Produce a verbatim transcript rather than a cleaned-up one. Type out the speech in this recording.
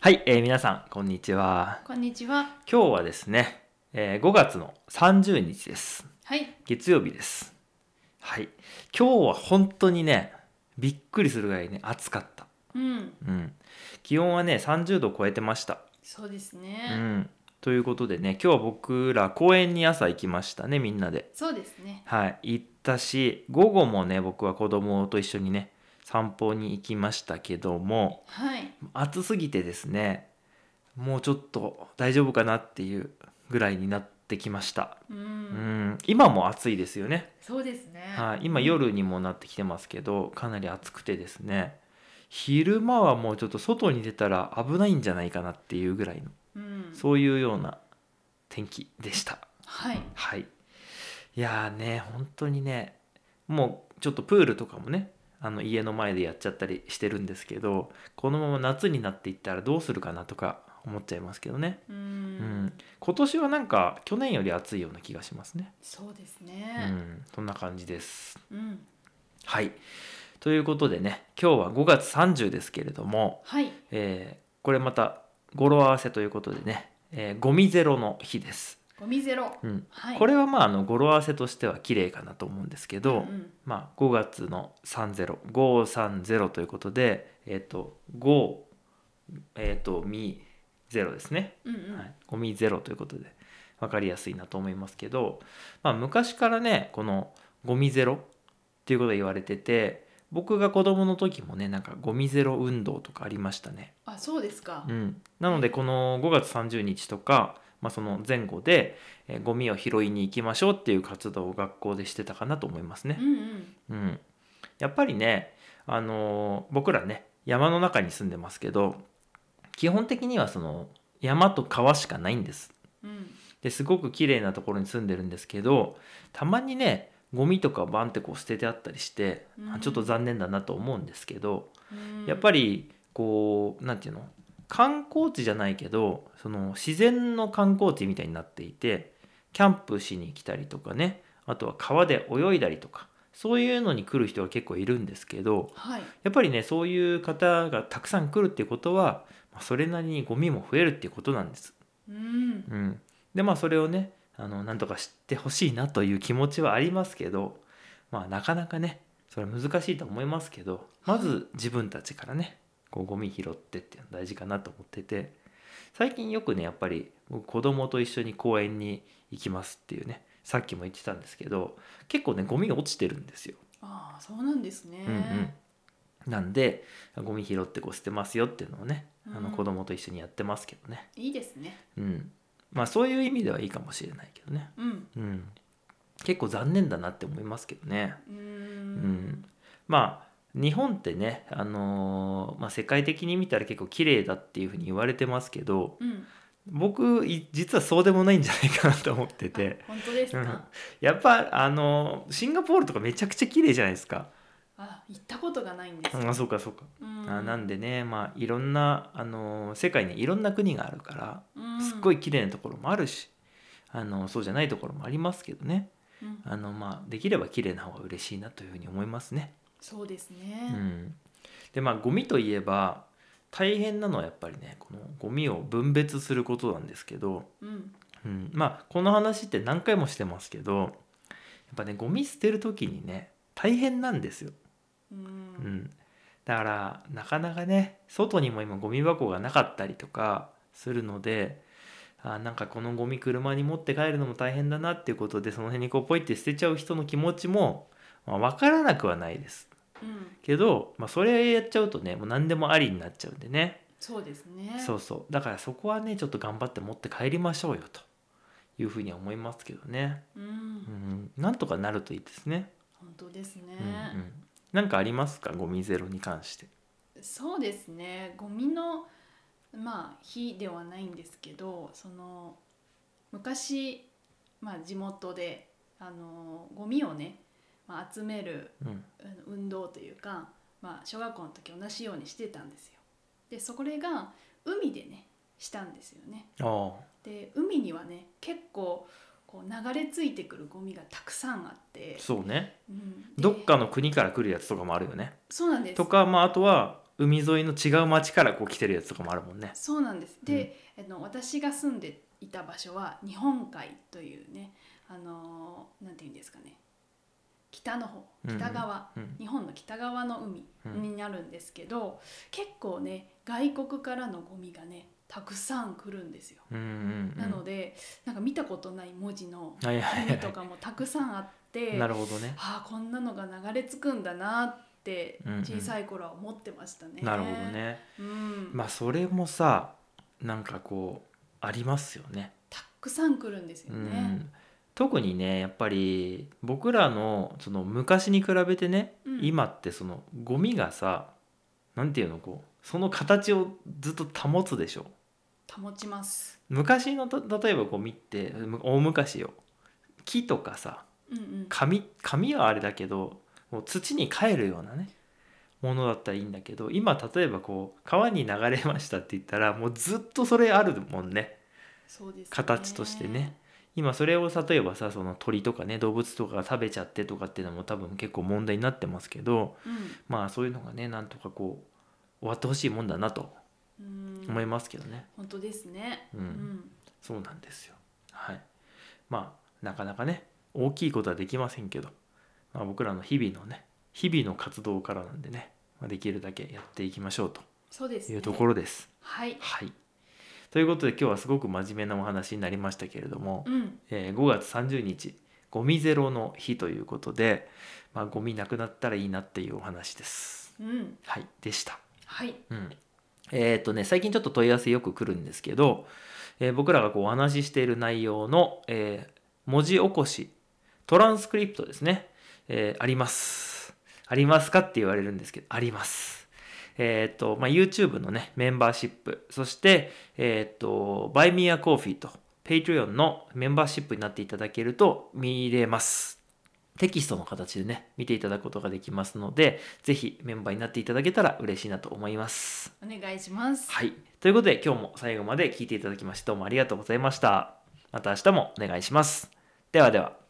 はい、えー皆さんこんにちは。 こんにちは。 今日はですね、えーごがつのさんじゅうにちです。 はい。 月曜日です。はい。今日は本当にね、びっくりするぐらいね、暑かった。 うん。 うん。気温はね、さんじゅうど超えてました。 そうですうね。 ん。ということでね、今日は僕ら公園に朝行きましたね、みんなで。 そうですね。 はい。行ったし、午後もね、僕は子供と一緒にね、散歩に行きましたけども、 はい。 暑すぎてですね、もうちょっと大丈夫かなっていうぐらいになってきました。 う。 うんん、今も暑いですよね。 そうですね。 はい、今うん。 夜にもなってきてますけど、かなり暑くてですね、昼間はもうちょっと外に出たら危ないんじゃないかなっていうぐらいの、 うん。 そういうような天気でした。 はい。 はい。いやーね、本当にね、もうちょっとプールとかもね、あの家の前でやっちゃったりしてるんですけど、このまま夏になっていったらどうするかなとか思っちゃいますけどね。 ううん、 ん。 今年はなんか去年より暑いような気がしますね。 そうですうね。 ん、そんな感じです。 うん。 はい。ということでね、今日はごがつさんじゅうですけれども、 はい。 えーこれまた語呂合わせということでね、えーゴミゼロの日です。 ゴミゼロ。 うん、 はい。 これはまああの語呂合わせとしては綺麗かなと思うんですけど、 うんうん。 まあ、ごがつのさんじゅう、ごひゃくさんじゅうということで、えっ、とご、えっ、とみゼロですね。 うんうん。 はい、ゴミゼロということで分かりやすいなと思いますけど、まあ、昔からねこのゴミゼロっていうことが言われてて、僕が子供の時もねなんかゴミゼロ運動とかありましたね。 あ、そうですか。 うん、なのでこのごがつさんじゅうにちとか、まあ、その前後で、えーゴミを拾いに行きましょうっていう活動を学校でしてたかなと思いますね。 うんうん。 うん、やっぱりね、あのー僕らね山の中に住んでますけど、基本的にはその山と川しかないんです。 うん。 ですごく綺麗なところに住んでるんですけど、たまにねゴミとかバンってこう捨ててあったりして、 うあちょっとん。 残念だなと思うんですけど、 うんやっぱりこうなんていうの、観光地じゃないけどその自然の観光地みたいになっていて、キャンプしに来たりとかね、あとは川で泳いだりとか、そういうのに来る人が結構いるんですけど、 はい。 やっぱりねそういう方がたくさん来るっていうことは、まあそれなりにゴミも増えるっていうことなんです。 うん。 うん、でまあそれをねあのなんとか知ってほしいなという気持ちはありますけど、まあなかなかねそれは難しいと思いますけど、まはい。 ず自分たちからねこうゴミ拾ってっていうの大事かなと思ってて、最近よくねやっぱり僕子供と一緒に公園に行きますっていうね、さっきも言ってたんですけど、結構ねゴミが落ちてるんですよ。 ああ、そうなんですうんうん、 ね。 なんでゴミ拾ってこう捨てますよっていうのをね、あの子うん。 供と一緒にやってますけどね。 いいですね。 うん、まあそういう意味ではいいかもしれないけどね。 うん。 うん、結構残念だなって思いますけどね。 うーうん、 ん。 まあ日本ってね、あのーまあ、世界的に見たら結構綺麗だっていうふうに言われてますけど、 うん。 僕い実はそうでもないんじゃないかなと思ってあ、 て、 本当ですうん、 か。 やっぱあのーシンガポールとかめちゃくちゃ綺麗じゃないですか。 あ、行ったことがないんですうん、あよ。 そうかそうか。 うあなんん。 でね、まあいろんな、あのー世界にいろんな国があるからうすっごん。 い綺麗なところもあるし、あのそうじゃないところもありますけどね。 うん。 あのまあできれば綺麗な方が嬉しいなというふうに思いますね。 そうですうね。 ん、でまあゴミといえば大変なのはやっぱりねこのゴミを分別することなんですけど、 うん。 うん、まあこの話って何回もしてますけど、やっぱねゴミ捨てる時にね大変なんですよ。 ううん。 ん、だからなかなかね外にも今ゴミ箱がなかったりとかするので、あなんかこのゴミ車に持って帰るのも大変だなっていうことでその辺にこうポイって捨てちゃう人の気持ちも、まあ、分からなくはないです。 うん。 けど、まあ、それやっちゃうとねもう何でもありになっちゃうんでね。 そうですね。 そうそう、だからそこはねちょっと頑張って持って帰りましょうよというふうには思いますけどね。 ううん。 ん、なんとかなるといいですね。 本当ですうんうね。 ん、なんかありますかゴミゼロに関して。 そうですね。ゴミのまあ日ではないんですけど、その昔まあ地元であのゴミをね、まあ、集めるうん、 あの運動というか、まあ小学校の時同じようにしてたんですよ。で、それが海でねしたんですよね。 ああで、海にはね結構こう流れ着いてくるゴミがたくさんあって、 そうね、 うん、でどっかの国から来るやつとかもあるよね。 そうなんです。 とか、まあ、あとは海沿いの違う町からこう来てるやつとかもあるもんね。 そうなんです。で、あの私が住んでいた場所は日本海というね、あのなんていうんですかね、北の方、北側、 うんうん日本の北側の海になるんですけど、結構ね外国からのゴミがねたくさん来るんですよ。 うんうんうんなのでなんか見たことない文字のはいはいはいゴミとかもたくさんあってなるほどね。 ああこんなのが流れ着くんだなってうんうん小さい頃は思ってましたね。 なるほどね。 うん、 まあそれもさなんかこうありますよね。 たくさん来るんですようね。 ん、特にねやっぱり僕らのその昔に比べてね、 うん今ってそのゴミがさなんていうのこうその形をずっと保つでしょ。 保ちます。 昔のた例えばゴミってむ大昔よ木とかさうんうん紙紙はあれだけどもう土に帰るようなねものだったらいいんだけど今例えばこう川に流れましたって言ったらもうずっとそれあるもんねそうですね。 形としてね。今それを例えばさその鳥とかね動物とかが食べちゃってとかっていうのも多分結構問題になってますけどうんまあそういうのがねなんとかこう終わってほしいもんだなとうん思いますけどね。 本当ですね。 うんそうなんですよ。はいまあなかなかね大きいことはできませんけど、まあ、僕らの日々のね日々の活動からなんでね、まあ、できるだけやっていきましょうそうですね。 というところです。 はい。 はいということで今日はすごく真面目なお話になりましたけれども、 うんえーごがつさんじゅうにちゴミゼロの日ということで、まあ、ゴミなくなったらいいなっていうお話です。 うんはいでした。 はいうんえーっとね最近ちょっと問い合わせよく来るんですけど、えー僕らがこうお話ししている内容の、えー文字起こしトランスクリプトですね、えーありますありますかって言われるんですけどあります。えーっとまあ、YouTube のねメンバーシップそしてえーっと Buy Me a Coffee と Patreon のメンバーシップになっていただけると見れます。テキストの形でね見ていただくことができますのでぜひメンバーになっていただけたら嬉しいなと思います。 お願いします。 はいということで今日も最後まで聞いていただきましてどうもありがとうございました。また明日もお願いします。ではでは。